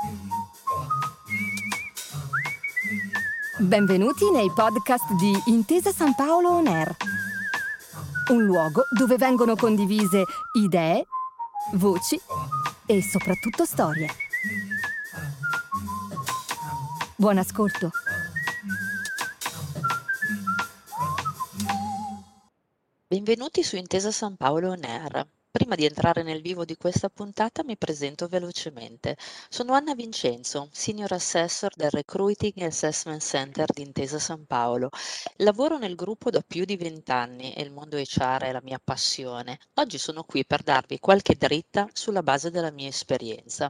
Benvenuti nei podcast di Intesa San Paolo On Air, un luogo dove vengono condivise idee, voci e soprattutto storie. Buon ascolto. Benvenuti su Intesa San Paolo On Air. Prima di entrare nel vivo di questa puntata mi presento velocemente. Sono Anna Vincenzo, Senior Assessor del Recruiting e Assessment Center di Intesa San Paolo. Lavoro nel gruppo da più di 20 anni e il mondo HR è la mia passione. Oggi sono qui per darvi qualche dritta sulla base della mia esperienza.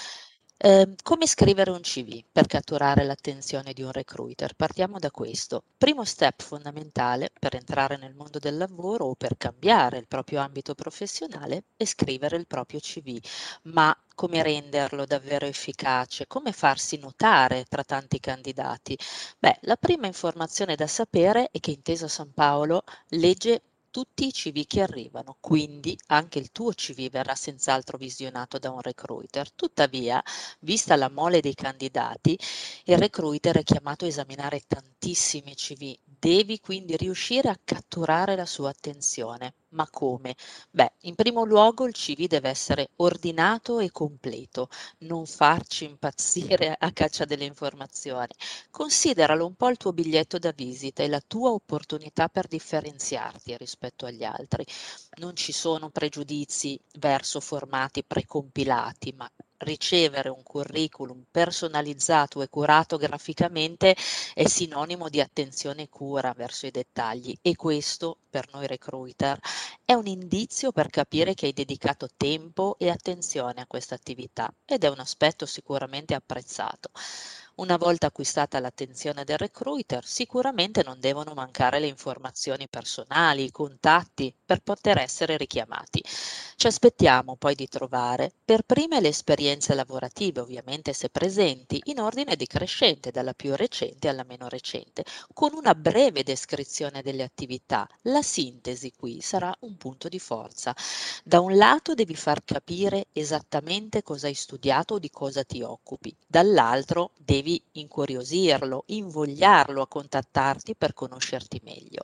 Come scrivere un CV per catturare l'attenzione di un recruiter? Partiamo da questo. Primo step fondamentale per entrare nel mondo del lavoro o per cambiare il proprio ambito professionale è scrivere il proprio CV. Ma come renderlo davvero efficace? Come farsi notare tra tanti candidati? Beh, la prima informazione da sapere è che Intesa San Paolo legge tutti i CV che arrivano, quindi anche il tuo CV verrà senz'altro visionato da un recruiter. Tuttavia, vista la mole dei candidati, il recruiter è chiamato a esaminare tantissimi CV. Devi quindi riuscire a catturare la sua attenzione. Ma come? Beh, in primo luogo il CV deve essere ordinato e completo, non farci impazzire a caccia delle informazioni. Consideralo un po' il tuo biglietto da visita e la tua opportunità per differenziarti rispetto agli altri. Non ci sono pregiudizi verso formati precompilati, ma ricevere un curriculum personalizzato e curato graficamente è sinonimo di attenzione e cura verso i dettagli e questo per noi recruiter è un indizio per capire che hai dedicato tempo e attenzione a questa attività ed è un aspetto sicuramente apprezzato. Una volta acquistata l'attenzione del recruiter, sicuramente non devono mancare le informazioni personali, i contatti per poter essere richiamati. Ci aspettiamo poi di trovare per prime le esperienze lavorative, ovviamente se presenti, in ordine decrescente dalla più recente alla meno recente, con una breve descrizione delle attività. La sintesi qui sarà un punto di forza. Da un lato devi far capire esattamente cosa hai studiato o di cosa ti occupi, dall'altro devi incuriosirlo, invogliarlo a contattarti per conoscerti meglio.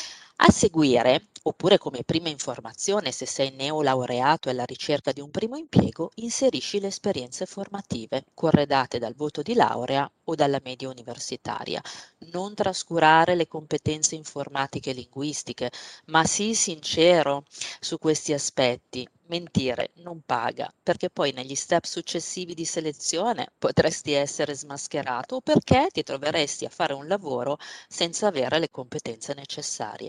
A seguire, oppure come prima informazione, se sei neolaureato e alla ricerca di un primo impiego, inserisci le esperienze formative, corredate dal voto di laurea o dalla media universitaria. Non trascurare le competenze informatiche e linguistiche, ma sii sincero su questi aspetti. Mentire non paga, perché poi negli step successivi di selezione potresti essere smascherato o perché ti troveresti a fare un lavoro senza avere le competenze necessarie.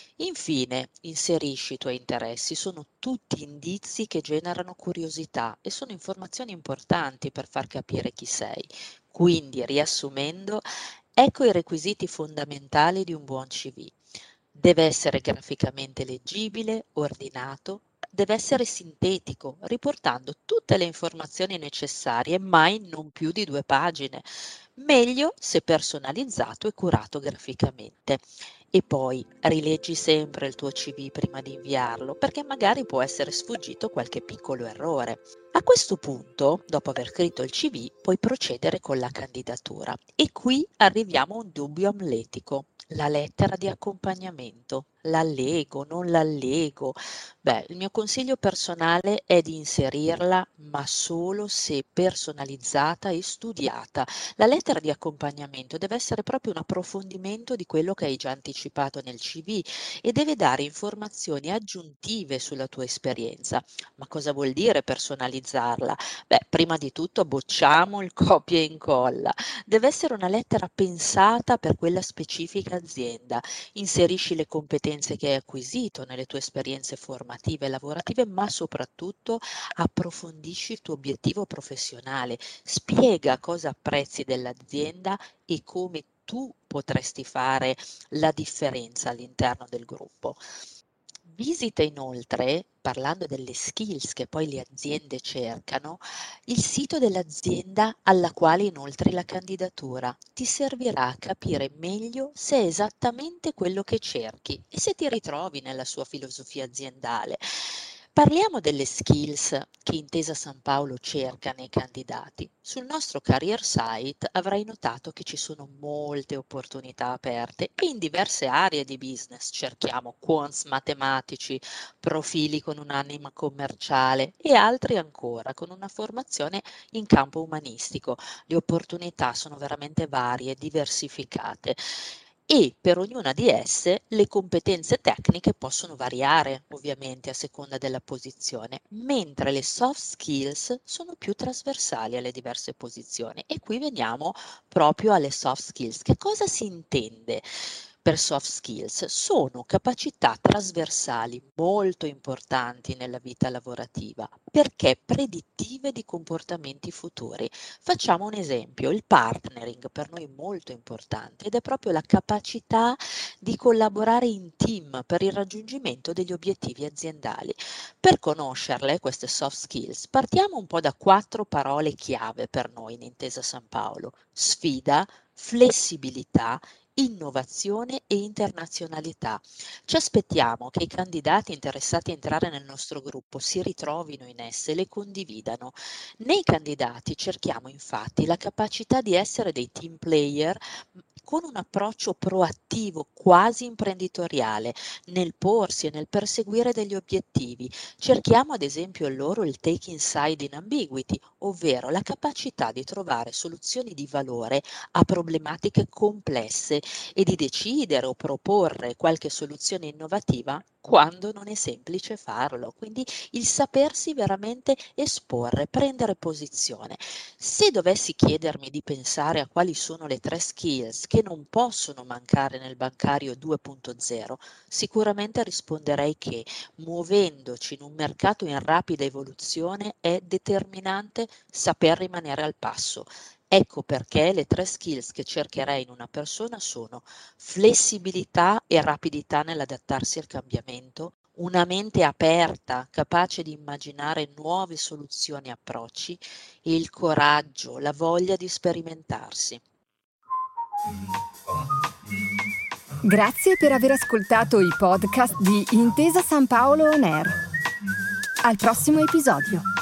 Infine, inserisci i tuoi interessi, sono tutti indizi che generano curiosità e sono informazioni importanti per far capire chi sei. Quindi, riassumendo, ecco i requisiti fondamentali di un buon CV. Deve essere graficamente leggibile, ordinato, deve essere sintetico, riportando tutte le informazioni necessarie, ma in non più di 2 pagine. Meglio se personalizzato e curato graficamente. E poi rileggi sempre il tuo CV prima di inviarlo, perché magari può essere sfuggito qualche piccolo errore. A questo punto, dopo aver scritto il CV, puoi procedere con la candidatura. E qui arriviamo a un dubbio amletico, la lettera di accompagnamento. L'allego, non l'allego? Beh, il mio consiglio personale è di inserirla, ma solo se personalizzata e studiata. La lettera di accompagnamento deve essere proprio un approfondimento di quello che hai già anticipato nel CV e deve dare informazioni aggiuntive sulla tua esperienza. Ma cosa vuol dire personalizzarla? Beh, prima di tutto bocciamo il copia e incolla. Deve essere una lettera pensata per quella specifica azienda. Inserisci le competenze che hai acquisito nelle tue esperienze formative e lavorative, ma soprattutto approfondisci il tuo obiettivo professionale. Spiega cosa apprezzi dell'azienda e come tu potresti fare la differenza all'interno del gruppo. Visita inoltre, parlando delle skills che poi le aziende cercano, il sito dell'azienda alla quale inoltri la candidatura. Ti servirà a capire meglio se è esattamente quello che cerchi e se ti ritrovi nella sua filosofia aziendale. Parliamo delle skills che Intesa San Paolo cerca nei candidati. Sul nostro career site avrai notato che ci sono molte opportunità aperte e in diverse aree di business cerchiamo quants matematici, profili con un'anima commerciale e altri ancora con una formazione in campo umanistico. Le opportunità sono veramente varie, diversificate e per ognuna di esse le competenze tecniche possono variare ovviamente a seconda della posizione, mentre le soft skills sono più trasversali alle diverse posizioni. E qui veniamo proprio alle soft skills. Che cosa si intende per soft skills? Sono capacità trasversali molto importanti nella vita lavorativa perché predittive di comportamenti futuri. Facciamo un esempio: il partnering per noi è molto importante ed è proprio la capacità di collaborare in team per il raggiungimento degli obiettivi aziendali. Per conoscerle, queste soft skills, partiamo un po' da 4 parole chiave per noi in Intesa San Paolo: sfida, flessibilità, innovazione e internazionalità. Ci aspettiamo che i candidati interessati a entrare nel nostro gruppo si ritrovino in esse e le condividano. Nei candidati cerchiamo infatti la capacità di essere dei team player con un approccio proattivo, quasi imprenditoriale, nel porsi e nel perseguire degli obiettivi. Cerchiamo ad esempio in loro il taking side in ambiguity, ovvero la capacità di trovare soluzioni di valore a problematiche complesse e di decidere o proporre qualche soluzione innovativa quando non è semplice farlo. Quindi il sapersi veramente esporre, prendere posizione. Se dovessi chiedermi di pensare a quali sono le 3 skills che non possono mancare nel bancario 2.0, sicuramente risponderei che, muovendoci in un mercato in rapida evoluzione, è determinante saper rimanere al passo. Ecco perché le 3 skills che cercherei in una persona sono flessibilità e rapidità nell'adattarsi al cambiamento, una mente aperta, capace di immaginare nuove soluzioni e approcci, e il coraggio, la voglia di sperimentarsi. Grazie per aver ascoltato i podcast di Intesa San Paolo On Air. Al prossimo episodio.